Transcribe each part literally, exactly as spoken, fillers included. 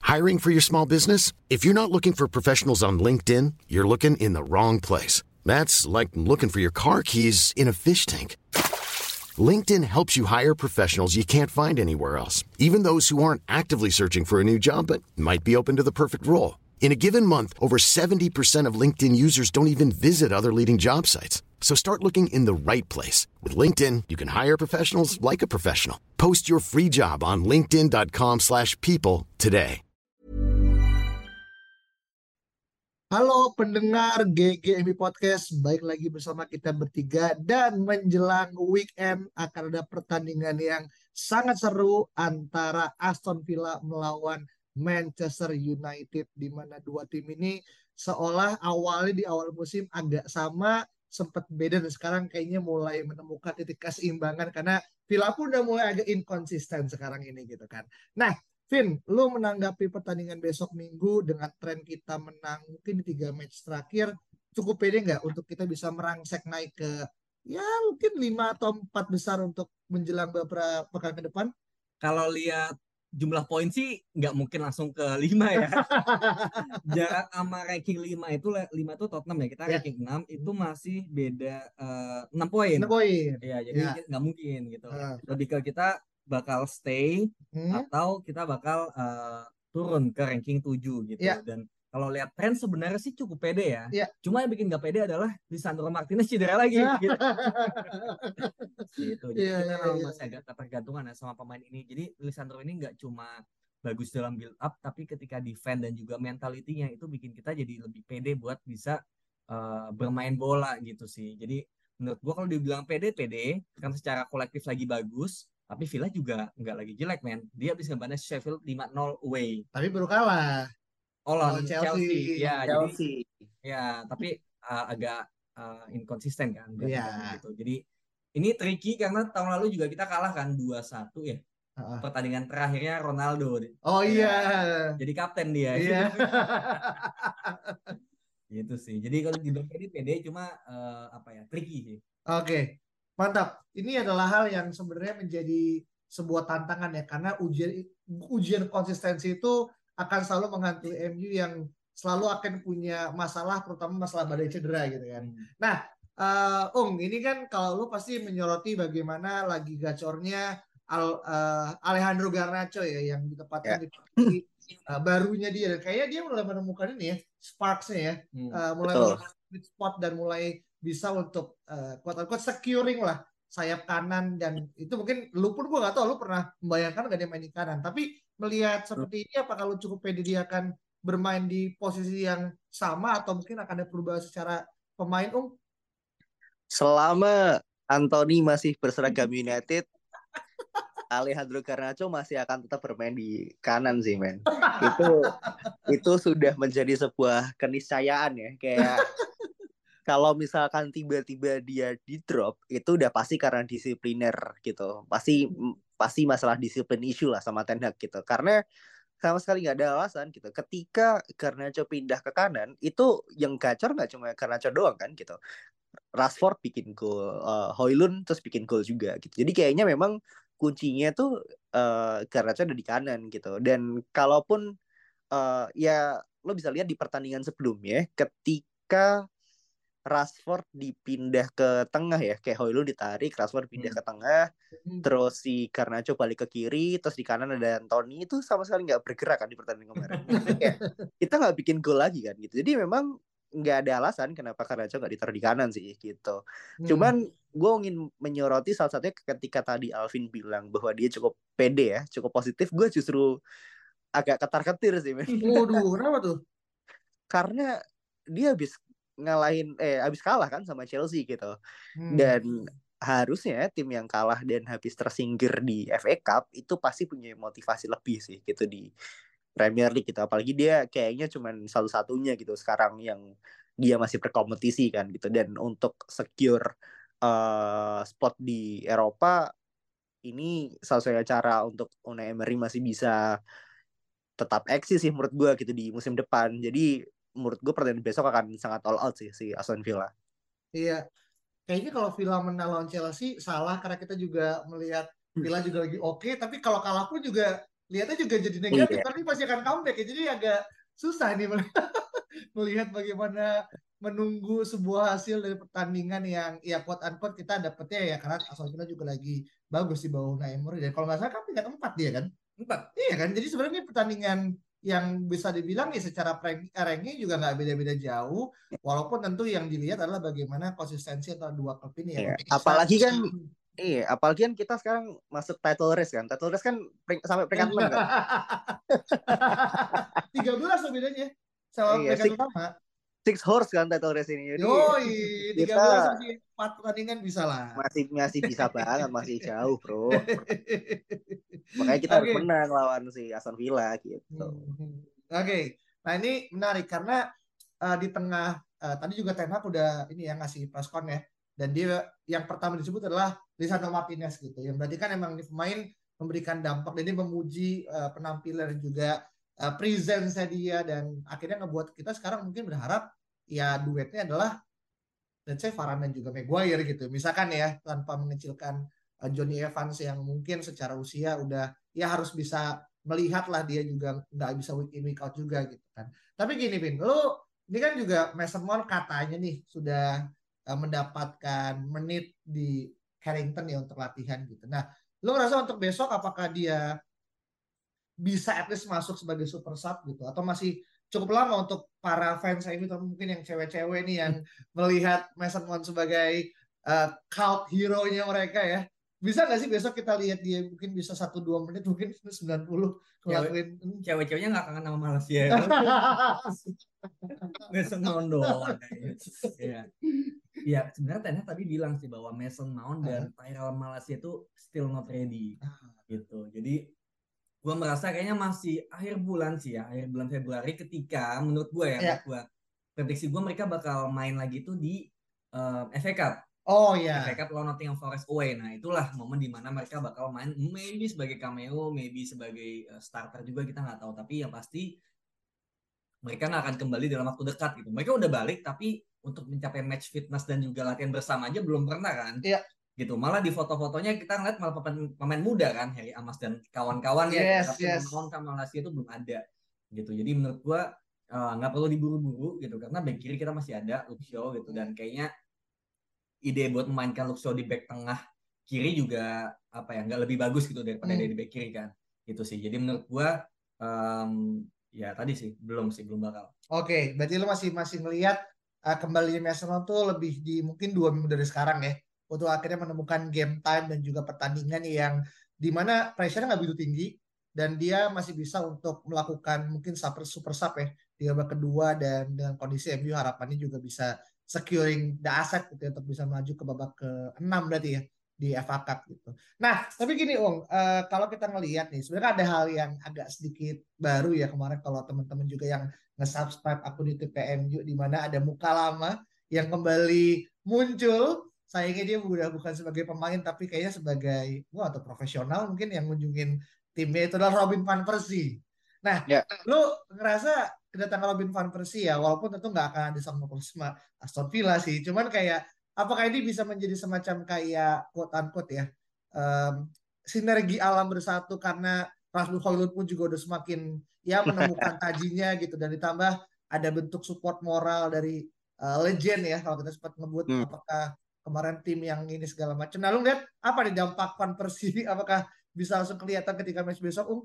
Hiring for your small business? If you're not looking for professionals on LinkedIn, you're looking in the wrong place. That's like looking for your car keys in a fish tank. LinkedIn helps you hire professionals you can't find anywhere else, even those who aren't actively searching for a new job but might be open to the perfect role. In a given month, over seventy percent of LinkedIn users don't even visit other leading job sites. So start looking in the right place. With LinkedIn, you can hire professionals like a professional. Post your free job on linkedin.com slash people today. Halo pendengar G G M B Podcast, baik lagi bersama kita bertiga dan menjelang weekend akan ada pertandingan yang sangat seru antara Aston Villa melawan Manchester United, di mana dua tim ini seolah awalnya di awal musim agak sama, sempat beda dan sekarang kayaknya mulai menemukan titik keseimbangan karena Villa pun udah mulai agak inkonsisten sekarang ini gitu kan. Nah, Vin, lu menanggapi pertandingan besok Minggu dengan tren kita menang mungkin di tiga match terakhir, cukup pede nggak untuk kita bisa merangsek naik ke ya mungkin lima atau empat besar untuk menjelang beberapa pekan ke depan? Kalau lihat jumlah poin sih nggak mungkin langsung ke lima ya. Jarak sama ranking lima itu lima itu Tottenham ya. Kita Ya. ranking enam itu masih beda uh, enam poin. enam poin. Ya, jadi Ya. nggak mungkin gitu. Uh. Lebih ke kita bakal stay hmm? atau kita bakal uh, turun ke ranking tujuh gitu. Ya. Dan kalau lihat tren sebenarnya sih cukup pede ya. Ya. Cuma yang bikin nggak pede adalah Lisandro Martinez cedera lagi. Gitu. Gitu. Jadi ya, kita ya, ya. masih agak ketergantungan ya sama pemain ini. Jadi Lisandro ini nggak cuma bagus dalam build up, tapi ketika defend dan juga mentalitinya itu bikin kita jadi lebih pede buat bisa uh, bermain bola gitu sih. Jadi menurut gua kalau dibilang pede pede kan secara kolektif lagi bagus, tapi Villa juga nggak lagi jelek men. Dia bisa ngebalas Sheffield lima nol away. Tapi baru kalah. Oh lawan Chelsea. Chelsea. Ya, Chelsea. Jadi, ya tapi uh, agak uh, inkonsisten kan. Iya. Gitu. Jadi ini tricky karena tahun lalu juga kita kalah kan dua satu ya. Uh-uh. Pertandingan terakhirnya Ronaldo. Oh ya, iya. Jadi kapten dia. Iya. Gitu sih. Jadi kalau dibilang pede pede cuma uh, apa ya tricky sih. Oke. Okay. Mantap. Ini adalah hal yang sebenarnya menjadi sebuah tantangan ya, karena ujian ujian konsistensi itu akan selalu menghantui M U yang selalu akan punya masalah, terutama masalah badai cedera gitu kan. Hmm. Nah, uh, Ung, ini kan kalau lu pasti menyoroti bagaimana lagi gacornya Al, uh, Alejandro Garnacho ya, yang ditempatkan yeah. di uh, barunya dia, dan kayaknya dia mulai menemukan ini ya, sparks-nya ya, hmm. uh, mulai menemukan spot dan mulai bisa untuk uh, quote-unquote securing lah sayap kanan, dan itu mungkin lu pun gue gak tahu lu pernah membayangkan gak dia main di kanan, tapi melihat seperti ini apakah lu cukup pede dia akan bermain di posisi yang sama atau mungkin akan ada perubahan secara pemain, Ung? Selama Anthony masih berseragam United, Alejandro Garnacho masih akan tetap bermain di kanan sih men. Itu itu sudah menjadi sebuah keniscayaan ya, kayak kalau misalkan tiba-tiba dia di drop itu udah pasti karena disipliner gitu. Pasti pasti masalah disiplin issue lah sama Ten Hag gitu. Karena sama sekali nggak ada alasan gitu. Ketika Garnacho pindah ke kanan, itu yang gacor nggak cuma Garnacho doang kan gitu. Rashford bikin gol, uh, Højlund terus bikin gol juga gitu. Jadi kayaknya memang kuncinya tuh uh, Garnacho ada di kanan gitu. Dan kalaupun uh, ya lo bisa lihat di pertandingan sebelumnya, ketika Rashford dipindah ke tengah ya, kayak Højlund ditarik, Rashford pindah hmm. ke tengah, hmm. terus si Garnacho balik ke kiri, terus di kanan ada Anthony, itu sama sekali nggak bergerak kan di pertandingan kemarin. Kayak, kita nggak bikin gol lagi kan gitu. Jadi memang nggak ada alasan kenapa Garnacho nggak ditaruh di kanan sih gitu. Hmm. Cuman gue ingin menyoroti salah satunya ketika tadi Alvin bilang bahwa dia cukup pede ya, cukup positif, gue justru agak ketar-ketir sih. Waduh, kenapa tuh? Karena dia habis ngalahin eh habis kalah kan sama Chelsea gitu. Hmm. Dan harusnya tim yang kalah dan habis tersingkir di F A Cup itu pasti punya motivasi lebih sih gitu di Premier League gitu. Apalagi dia kayaknya cuman satu-satunya gitu sekarang yang dia masih berkompetisi kan gitu. Dan untuk secure uh, spot di Eropa ini salah satu cara untuk Unai Emery masih bisa tetap eksis sih menurut gue gitu di musim depan. Jadi menurut gue pertandingan besok akan sangat all out sih si Aston Villa. Iya, kayaknya kalau Villa menang lawan Chelsea salah karena kita juga melihat Villa juga lagi oke, okay, tapi kalau kalah pun juga lihatnya juga jadi negatif Iya. karena ini pasti akan comeback ya. Jadi agak susah nih melihat bagaimana menunggu sebuah hasil dari pertandingan yang ya quote unquote kita dapetnya ya karena Aston Villa juga lagi bagus di bawah Unai Emery dan kalau nggak salah kan peringkat empat dia kan Empat. iya kan jadi sebenarnya ini pertandingan yang bisa dibilang ya secara rank- ranking juga nggak beda-beda jauh walaupun tentu yang dilihat adalah bagaimana konsistensi antara dua klub ini ya Iya. untuk bisa Apalagi kan iya, apalagi kan kita sekarang masuk title race kan. Title race kan pering- sampai peringkat enam kan. tiga belas loh bedanya sama Iya, peringkat six, utama. six horse kan title race ini. Jadi Yoi, kita tiga belas masih empat pertandingan bisa lah. masih masih bisa banget, masih jauh, Bro. Makanya kita harus Oke. menang lawan si Aston Villa gitu. Hmm. Oke. Nah, ini menarik karena uh, di tengah uh, tadi juga Ten Hag udah ini yang ngasih press con ya. Dan dia yang pertama disebut adalah Lisandro Martinez gitu. Yang berarti kan emang ini pemain memberikan dampak dan dia memuji uh, penampilan dan juga uh, presence-nya dia dan akhirnya ngebuat kita sekarang mungkin berharap ya duetnya adalah let's say Varane dan juga Maguire gitu. Misalkan ya tanpa mengecilkan uh, Johnny Evans yang mungkin secara usia udah ya harus bisa melihat lah dia juga nggak bisa week in week out juga gitu kan. Tapi gini Vin, lu ini kan juga Mason Mount katanya nih sudah uh, mendapatkan menit di Carrington ya untuk latihan gitu. Nah, lu ngerasa untuk besok apakah dia bisa at least masuk sebagai super sub gitu atau masih cukup lama untuk para fans ini atau mungkin yang cewek-cewek nih yang melihat Mason Mount sebagai uh, cult hero-nya mereka ya bisa nggak sih besok kita lihat dia mungkin bisa satu dua menit mungkin sembilan puluh ngelakuin cewek-ceweknya nggak kangen sama Malaysia ya Mason Mount doang ya ya sebenarnya Ten Hag tadi bilang sih bahwa Mason Mount dan Tyrell Malaysia itu still not ready gitu jadi gue merasa kayaknya masih akhir bulan sih ya akhir bulan Februari ketika menurut gue ya, ya. menurut gue prediksi gue mereka bakal main lagi tuh di uh, F A Cup oh ya F A Cup lawan Nottingham Forest away nah itulah momen dimana mereka bakal main maybe sebagai cameo maybe sebagai uh, starter juga kita nggak tahu tapi yang pasti mereka nggak akan kembali dalam waktu dekat gitu mereka udah balik tapi untuk mencapai match fitness dan juga latihan bersama aja belum pernah kan ya gitu malah di foto-fotonya kita ngeliat malah pemain, pemain muda kan Harry Amos dan kawan-kawannya yes, tapi yes. Mount sama Malaysia itu belum ada gitu jadi menurut gua nggak uh, perlu diburu-buru gitu karena back kiri kita masih ada Luke Shaw gitu dan kayaknya ide buat memainkan Luke Shaw di back tengah kiri juga apa ya nggak lebih bagus gitu daripada hmm. di back kiri kan gitu sih jadi menurut gua um, ya tadi sih belum sih belum bakal oke okay, berarti lo masih masih melihat uh, kembali Mason Mount tuh lebih di mungkin dua minggu dari sekarang ya untuk akhirnya menemukan game time dan juga pertandingan yang dimana pressure-nya nggak begitu tinggi dan dia masih bisa untuk melakukan mungkin super, super sub ya di babak kedua dan dengan kondisi M U harapannya juga bisa securing the asset gitu untuk bisa maju ke babak ke enam berarti ya di F A Cup gitu. Nah tapi gini Ung, uh, kalau kita ngelihat nih sebenarnya ada hal yang agak sedikit baru ya kemarin kalau teman-teman juga yang nge-subscribe akun YouTube P M U di mana ada muka lama yang kembali muncul sayangnya dia udah bukan sebagai pemain tapi kayaknya sebagai wah atau profesional mungkin yang ngunjungin timnya itu adalah Robin van Persie. Nah, ya. Lu ngerasa kedatangan Robin van Persie ya walaupun tentu nggak akan ada sama Aston Villa sih, cuman kayak apakah ini bisa menjadi semacam kayak quote unquote ya um, sinergi alam bersatu karena Rasmus Højlund pun juga udah semakin ya menemukan tajinya gitu dan ditambah ada bentuk support moral dari uh, legend ya kalau kita sempat ngebut hmm. apakah kemarin tim yang ini segala macam. Nah, lu lihat apa nih dampak Van Persie? Apakah bisa langsung kelihatan ketika match besok, Ung?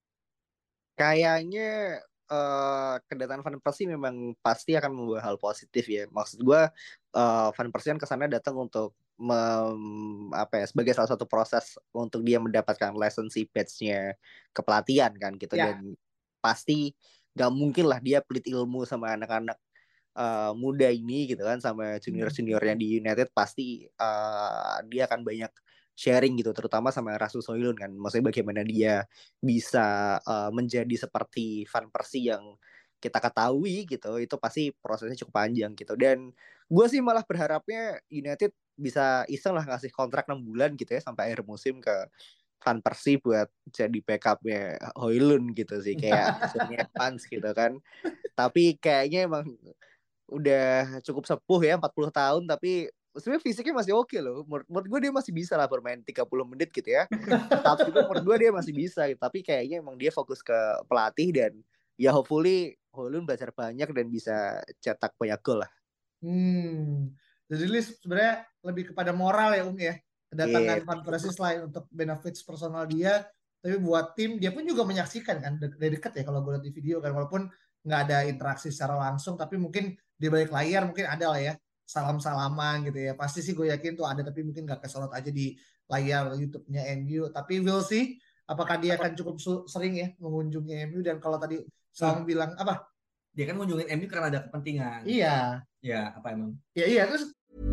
Kayaknya uh, kedatangan Van Persie memang pasti akan membawa hal positif ya. Maksud gue, uh, Van Persie kan kesana datang untuk mem, apa ya, sebagai salah satu proses untuk dia mendapatkan lisensi badge-nya kepelatihan kan gitu. Ya. Dan pasti gak mungkin lah dia pelit ilmu sama anak-anak Uh, muda ini gitu kan sama junior-juniornya di United pasti uh, dia akan banyak sharing gitu terutama sama Rasmus Højlund kan maksudnya bagaimana dia bisa uh, menjadi seperti Van Persie yang kita ketahui gitu itu pasti prosesnya cukup panjang gitu dan gue sih malah berharapnya United bisa iseng lah ngasih kontrak enam bulan gitu ya sampai akhir musim ke Van Persie buat jadi backupnya Højlund gitu sih kayak Johnny Evans gitu kan tapi kayaknya emang udah cukup sepuh ya empat puluh tahun tapi sebenarnya fisiknya masih oke loh. Menurut, menurut gue dia masih bisa lah bermain tiga puluh menit gitu ya. Tapi itu menurut gue dia masih bisa gitu. Tapi kayaknya emang dia fokus ke pelatih dan ya hopefully Højlund belajar banyak dan bisa cetak banyak gol lah. Hmm. Jadi Lis sebenarnya lebih kepada moral ya Um ya. Kedatangan Iya. Van Persie selain untuk benefits personal dia, tapi buat tim dia pun juga menyaksikan kan de- dari dekat ya kalau gue lihat di video kan, walaupun nggak ada interaksi secara langsung, tapi mungkin di balik layar mungkin ada lah ya salam-salaman gitu ya. Pasti sih gue yakin tuh ada, tapi mungkin nggak kesorot aja di layar YouTube-nya M U. Tapi we'll see apakah dia akan cukup su- sering ya mengunjungi M U, dan kalau tadi Saung bilang apa? Dia kan ngunjungin M U karena ada kepentingan. Iya. Ya, apa emang? Ya iya terus.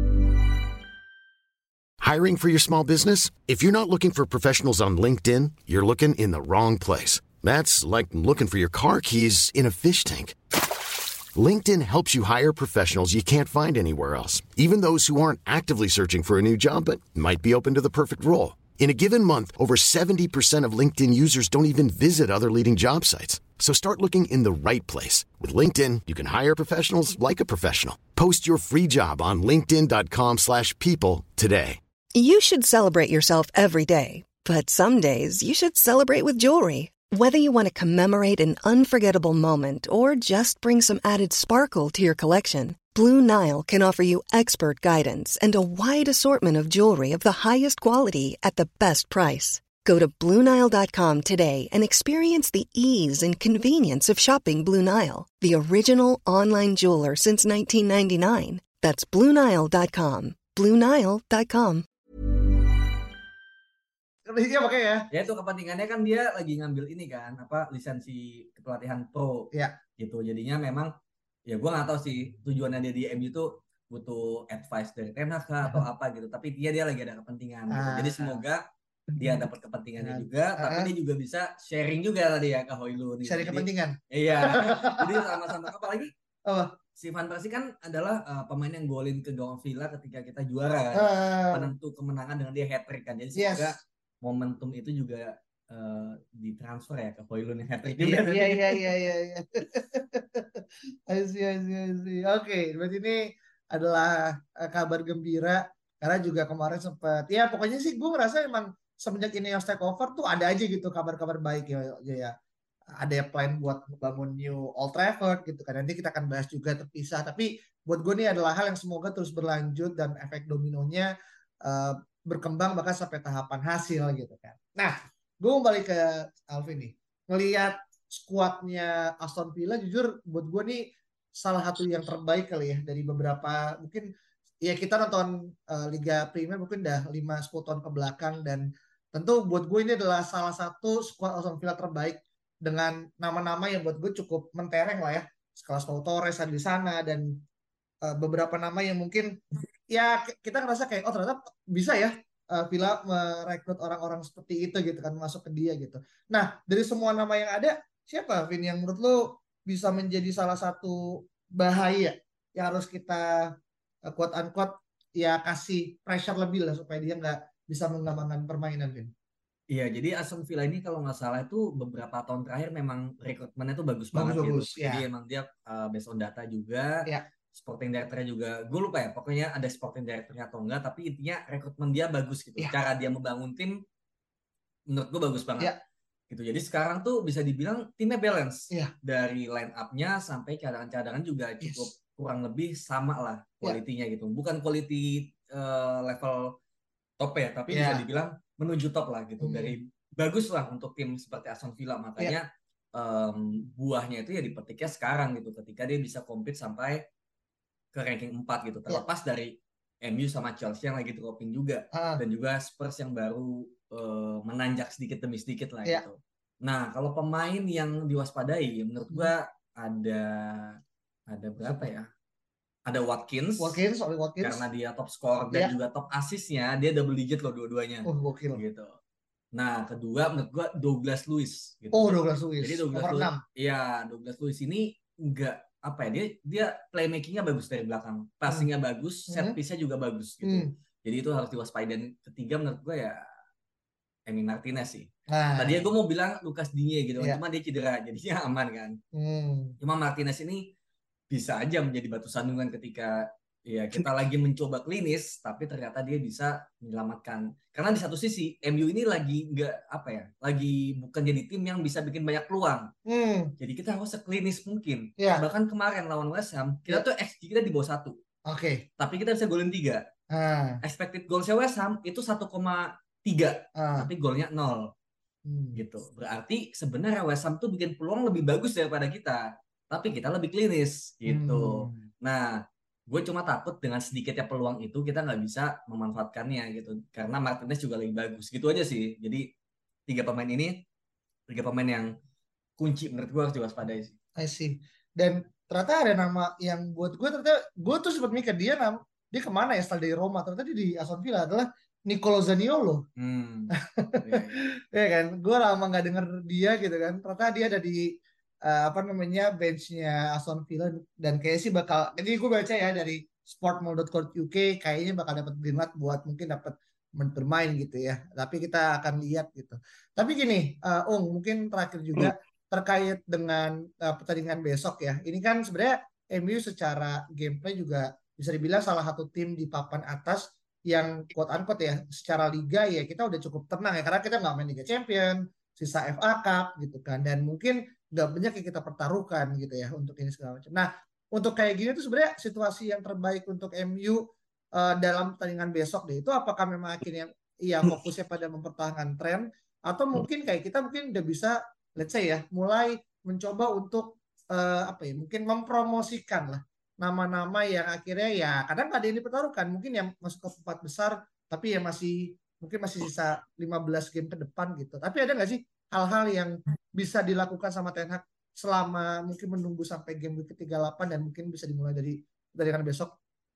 Hiring for your small business? If you're not looking for professionals on LinkedIn, you're looking in the wrong place. That's like looking for your car keys in a fish tank. LinkedIn helps you hire professionals you can't find anywhere else, even those who aren't actively searching for a new job but might be open to the perfect role. In a given month, over seventy percent of LinkedIn users don't even visit other leading job sites. So start looking in the right place. With LinkedIn, you can hire professionals like a professional. Post your free job on linkedin.com slash people today. You should celebrate yourself every day, but some days you should celebrate with jewelry. Whether you want to commemorate an unforgettable moment or just bring some added sparkle to your collection, Blue Nile can offer you expert guidance and a wide assortment of jewelry of the highest quality at the best price. Go to blue nile dot com today and experience the ease and convenience of shopping Blue Nile, the original online jeweler since nineteen ninety-nine. That's blue nile dot com. blue nile dot com. Iya makanya ya. Ya itu kepentingannya kan dia lagi ngambil ini kan, apa lisensi kepelatihan pro. Ya. Gitu. Jadinya memang ya gue nggak tahu sih tujuannya dia di M U itu butuh advice dari Ten Hag atau apa gitu. Tapi dia dia lagi ada kepentingan. Gitu. Jadi semoga dia dapat kepentingannya juga, tapi dia juga bisa sharing juga tadi ya ke Højlund. Sharing Jadi, kepentingan. Iya. Jadi sama-sama apalagi apa? Si Van Persie kan adalah uh, pemain yang golin ke gawang Villa ketika kita juara kan. Uh, Penentu kemenangan dengan dia hat-trick kan. Jadi semoga yes. momentum itu juga uh, ditransfer ya ke Højlund yang hat-trick juga. Iya iya iya iya iya. I see I see I see. Oke, okay, berarti ini adalah uh, kabar gembira karena juga kemarin sempat ya pokoknya sih gue ngerasa emang semenjak ini yang take over tuh ada aja gitu kabar-kabar baik ya ya. Ada plan buat membangun new Old Trafford gitu kan. Nanti kita akan bahas juga terpisah. Tapi buat gue ini adalah hal yang semoga terus berlanjut dan efek dominonya uh, berkembang bahkan sampai tahapan hasil gitu kan. Nah, gue mau balik ke Alvin nih. Ngelihat skuadnya Aston Villa jujur buat gue nih salah satu yang terbaik kali ya dari beberapa mungkin ya kita nonton uh, Liga Premier mungkin udah lima sepuluh tahun ke belakang dan tentu buat gue ini adalah salah satu skuad Aston Villa terbaik dengan nama-nama yang buat gue cukup mentereng lah ya. Sekelas Pau Torres ada di sana dan uh, beberapa nama yang mungkin ya kita ngerasa kayak oh ternyata bisa ya uh, Villa merekrut orang-orang seperti itu gitu kan masuk ke dia gitu. Nah dari semua nama yang ada siapa Vin yang menurut lo bisa menjadi salah satu bahaya yang harus kita uh, quote unquote ya kasih pressure lebih lah supaya dia nggak bisa mengembangkan permainan Vin? Iya, jadi Aston Villa ini kalau nggak salah itu beberapa tahun terakhir memang rekrutmennya tuh bagus, bagus banget bagus, gitu. Ya. Jadi emang dia uh, based on data juga, ya. Sporting directornya juga, gue lupa ya, pokoknya ada sporting directornya atau enggak, tapi intinya rekrutmen dia bagus gitu. Ya. Cara dia membangun tim, menurut gue bagus banget. Ya. Gitu. Jadi sekarang tuh bisa dibilang timnya balance. Ya. Dari line up-nya sampai cadangan-cadangan juga cukup yes. kurang lebih sama lah kualitinya ya. Gitu. Bukan quality uh, level top ya, tapi ya. Bisa dibilang menuju top lah gitu. Hmm. Dari bagus lah untuk tim seperti Aston Villa, makanya yeah. um, buahnya itu ya dipetiknya sekarang gitu ketika dia bisa compete sampai ke ranking empat gitu, terlepas yeah. dari M U sama Chelsea yang lagi dropping juga uh. dan juga Spurs yang baru uh, menanjak sedikit demi sedikit lah yeah. gitu. Nah kalau pemain yang diwaspadai menurut gua hmm. ada ada berapa ya? Ada Watkins, Watkins, Watkins, karena dia top score dan yeah. juga top assist-nya dia double digit loh dua-duanya. Oh, gokil. Gitu. Nah, kedua menurut gua Douglas Luiz gitu. Oh, Douglas Luiz. Jadi Douglas Luiz. Iya, Douglas Luiz ini enggak apa ya? Dia dia playmaking-nya bagus dari belakang. Passing-nya hmm. bagus, set piece-nya juga bagus gitu. Hmm. Jadi itu harus diwaspadai. Dan ketiga menurut gua ya Emi Martinez sih. Nah. Tadi gua mau bilang Lucas Digne gitu, yeah. cuma dia cedera jadinya aman kan. Hmm. Cuma Martinez ini bisa aja menjadi batu sandungan ketika Iya, kita lagi mencoba klinis, tapi ternyata dia bisa menyelamatkan. Karena di satu sisi, M U ini lagi nggak apa ya, lagi bukan jadi tim yang bisa bikin banyak peluang. Hmm, Jadi kita harus seklinis mungkin. ya, Bahkan kemarin lawan West Ham, kita ya, tuh X G kita di bawah satu, oke. tapi kita bisa golin tiga. Ah, Expected goalsnya West Ham itu satu koma tiga, ah, tapi golnya nol hmm, gitu. Berarti sebenarnya West Ham tuh bikin peluang lebih bagus daripada kita, tapi kita lebih klinis gitu. hmm. Nah, gue cuma takut dengan sedikitnya peluang itu kita nggak bisa memanfaatkannya gitu. Karena Martinez juga lebih bagus. Gitu aja sih. Jadi tiga pemain ini, tiga pemain yang kunci menurut gue harus diwaspadai sih. I see. Dan ternyata ada nama yang buat gue ternyata gue tuh sempat mikir dia nam dia kemana ya setelah dari Roma, ternyata dia di Aston Villa adalah Nicolo Zaniolo. Hmm. Iya, iya. Ya kan, gue lama nggak denger dia gitu kan. Ternyata dia ada di eh, apa namanya benchnya Aston Villa dan kayak sih bakal. Jadi gue baca ya dari sportmall dot co dot U K kayaknya bakal dapat green light buat mungkin dapat bermain gitu ya. Tapi kita akan lihat gitu. Tapi gini, eh, Ung mungkin terakhir juga terkait dengan eh, pertandingan besok ya. Ini kan sebenarnya M U secara gameplay juga bisa dibilang salah satu tim di papan atas yang quote unquote ya secara liga ya kita udah cukup tenang ya karena kita nggak main Liga Champion, sisa F A Cup gitu kan dan mungkin nggak banyak yang kita pertaruhkan gitu ya untuk ini segala macam. Nah untuk kayak gini tuh sebenarnya situasi yang terbaik untuk M U uh, dalam pertandingan besok deh itu apakah memang akhirnya iya fokusnya pada mempertahankan tren atau mungkin kayak kita mungkin udah bisa let's say ya mulai mencoba untuk uh, apa ya mungkin mempromosikan lah nama-nama yang akhirnya ya kadang nggak ada yang dipertaruhkan mungkin yang masuk ke empat besar tapi ya masih mungkin masih sisa lima belas game ke depan gitu tapi ada nggak sih hal-hal yang bisa dilakukan sama Ten Hag selama mungkin menunggu sampai game week ke tiga puluh delapan dan mungkin bisa dimulai dari pertandingan besok.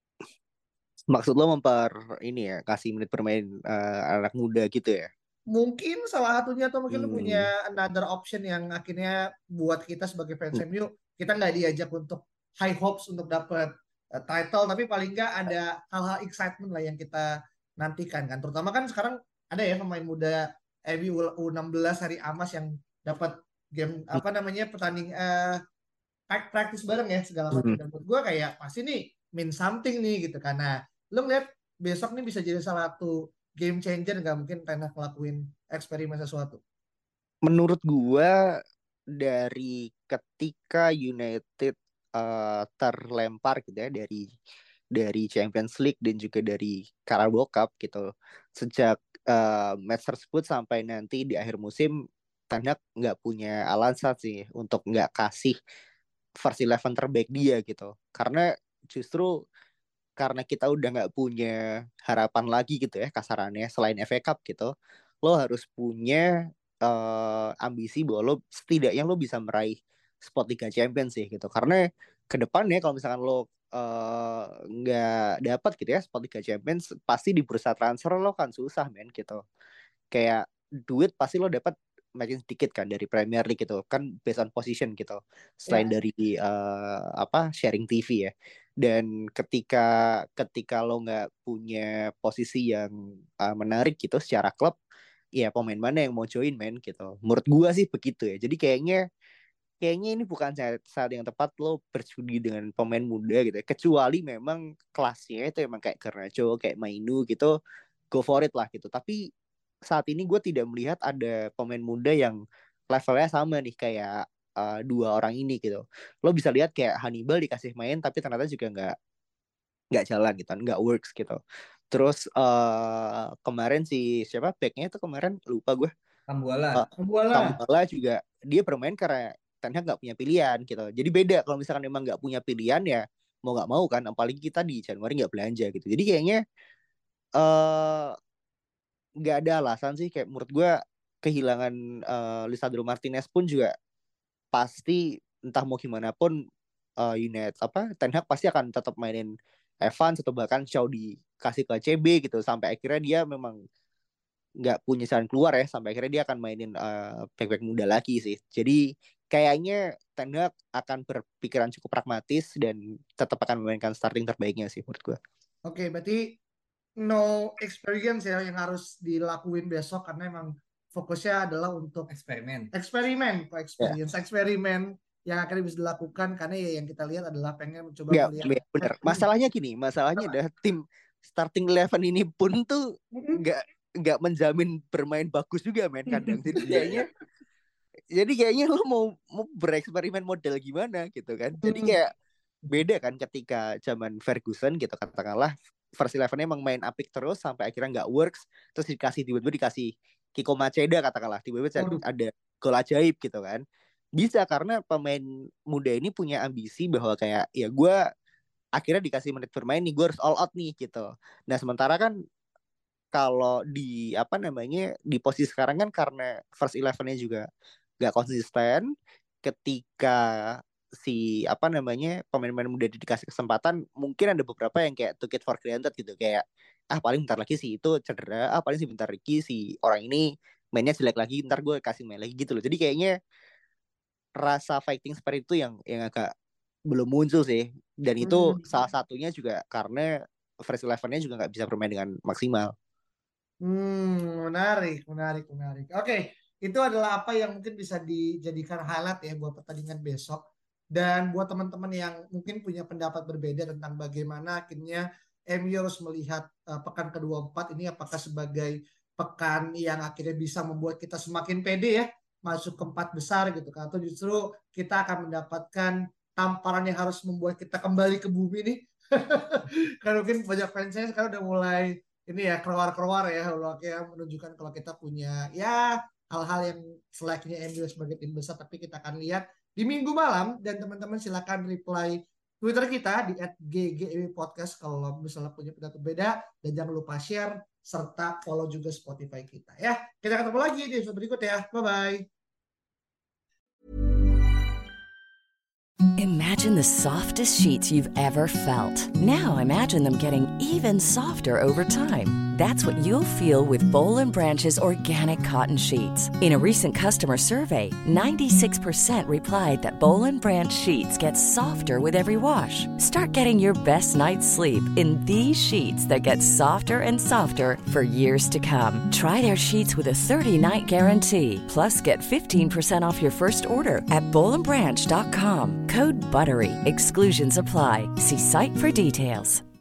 Maksud lo memper ini ya kasih menit bermain uh, anak muda gitu ya? Mungkin salah satunya atau mungkin lu punya Hmm. another option yang akhirnya buat kita sebagai fans M U kita nggak diajak untuk high hopes untuk dapat uh, title tapi paling nggak ada hal-hal excitement lah yang kita nantikan kan terutama kan sekarang ada ya pemain muda M U U enam belas hari Amas yang dapat game apa namanya pertanding uh, practice bareng ya segala macam Hmm. dan buat gue kayak pasti nih mean something nih gitu karena lu ngeliat besok nih bisa jadi salah satu game changer nggak mungkin Ten Hag ngelakuin eksperimen sesuatu. Menurut gua dari ketika United uh, terlempar gitu ya dari dari Champions League dan juga dari Carabao Cup gitu sejak uh, match tersebut sampai nanti di akhir musim Ten Hag nggak punya alasan sih untuk nggak kasih versi eleven terbaik dia gitu karena justru karena kita udah nggak punya harapan lagi gitu ya kasarannya selain F A Cup gitu lo harus punya uh, ambisi bahwa lo setidaknya lo bisa meraih spot Liga Champions sih gitu karena ke depannya kalau misalkan lo nggak uh, dapat gitu ya spot Liga Champions pasti di bursa transfer lo kan susah men gitu kayak duit pasti lo dapat makin sedikit kan dari Premier League gitu kan based on position gitu selain Ya, dari uh, apa sharing T V ya dan ketika ketika lo nggak punya posisi yang uh, menarik gitu secara klub ya pemain mana yang mau join men gitu menurut gua sih begitu ya jadi kayaknya kayaknya ini bukan saat, saat yang tepat lo berjudi dengan pemain muda gitu ya. Kecuali memang kelasnya itu emang kayak Garnacho kayak Mainu gitu go for it lah gitu tapi saat ini gue tidak melihat ada pemain muda yang levelnya sama nih kayak uh, dua orang ini gitu lo bisa lihat kayak Hannibal dikasih main tapi ternyata juga nggak nggak jalan gitu nggak works gitu terus uh, kemarin si siapa backnya itu kemarin lupa gue uh, Tambuala. bola. Tambala juga dia bermain karena Ten Hag nggak punya pilihan gitu jadi beda kalau misalkan memang nggak punya pilihan ya mau nggak mau kan apalagi kita di Januari nggak belanja gitu jadi kayaknya eh, nggak ada alasan sih kayak menurut gue kehilangan uh, Lisandro Martinez pun juga pasti entah mau gimana pun uh, United apa Ten Hag pasti akan tetap mainin Evans atau bahkan Shaw dikasih ke C B gitu sampai akhirnya dia memang nggak punya jalan keluar ya sampai akhirnya dia akan mainin uh, back-back muda lagi sih jadi kayaknya Ten Hag akan berpikiran cukup pragmatis dan tetap akan memainkan starting terbaiknya sih menurut gue. Oke, berarti no experience ya yang harus dilakuin besok karena emang fokusnya adalah untuk Eksperimen. eksperimen, kok Ya. experience, eksperimen yang akhirnya bisa dilakukan karena ya yang kita lihat adalah pengen mencoba Ya, melihat. benar. Masalahnya gini, masalahnya adalah tim starting eleven ini pun tuh nggak nggak menjamin bermain bagus juga men kadang. Jadi kayaknya jadi kayaknya lo mau mau bereksperimen model gimana gitu kan. Jadi kayak beda kan ketika zaman Ferguson gitu katakanlah first eleven emang main apik terus sampai akhirnya nggak works, terus dikasih tiba-tiba dikasih Kiko Macheda katakanlah tiba-tiba ada gol ajaib gitu kan. Bisa karena pemain muda ini punya ambisi bahwa kayak ya gue akhirnya dikasih menit bermain nih gue harus all out nih gitu. Nah sementara kan kalau di apa namanya di posisi sekarang kan karena first eleven-nya juga gak konsisten, ketika si apa namanya pemain-pemain muda dikasih kesempatan mungkin ada beberapa yang kayak took it for granted gitu, kayak ah paling bentar lagi sih itu cedera, ah paling sih bentar lagi si orang ini mainnya jelek lagi ntar gue kasih main lagi gitu loh. Jadi kayaknya rasa fighting spirit itu yang yang agak belum muncul sih, dan itu hmm. salah satunya juga karena first eleven-nya juga nggak bisa bermain dengan maksimal. Hmm, menarik, menarik, menarik. Oke, itu adalah apa yang mungkin bisa dijadikan highlight ya buat pertandingan besok. Dan buat teman-teman yang mungkin punya pendapat berbeda tentang bagaimana akhirnya M U harus melihat uh, pekan kedua empat ini apakah sebagai pekan yang akhirnya bisa membuat kita semakin pede ya masuk ke empat besar gitu kan, atau justru kita akan mendapatkan tamparan yang harus membuat kita kembali ke bumi nih. Karena mungkin banyak fansnya sekarang udah mulai ini ya keluar-keluar ya, kayak menunjukkan kalau kita punya ya hal-hal yang seleknya M U sebagai tim besar, tapi kita akan lihat di minggu malam. Dan teman-teman silakan reply Twitter kita di at g g e w podcast kalau misalnya punya pendapat berbeda, dan jangan lupa share serta follow juga Spotify kita ya. Kita ketemu lagi di episode berikut ya. Bye-bye. Imagine the softest sheets you've ever felt. Now imagine them getting even softer over time. That's what you'll feel with Boll and Branch's organic cotton sheets. In a recent customer survey, ninety-six percent replied that Boll and Branch sheets get softer with every wash. Start getting your best night's sleep in these sheets that get softer and softer for years to come. Try their sheets with a thirty-night guarantee. Plus, get fifteen percent off your first order at boll and branch dot com. Code BUTTERY. Exclusions apply. See site for details.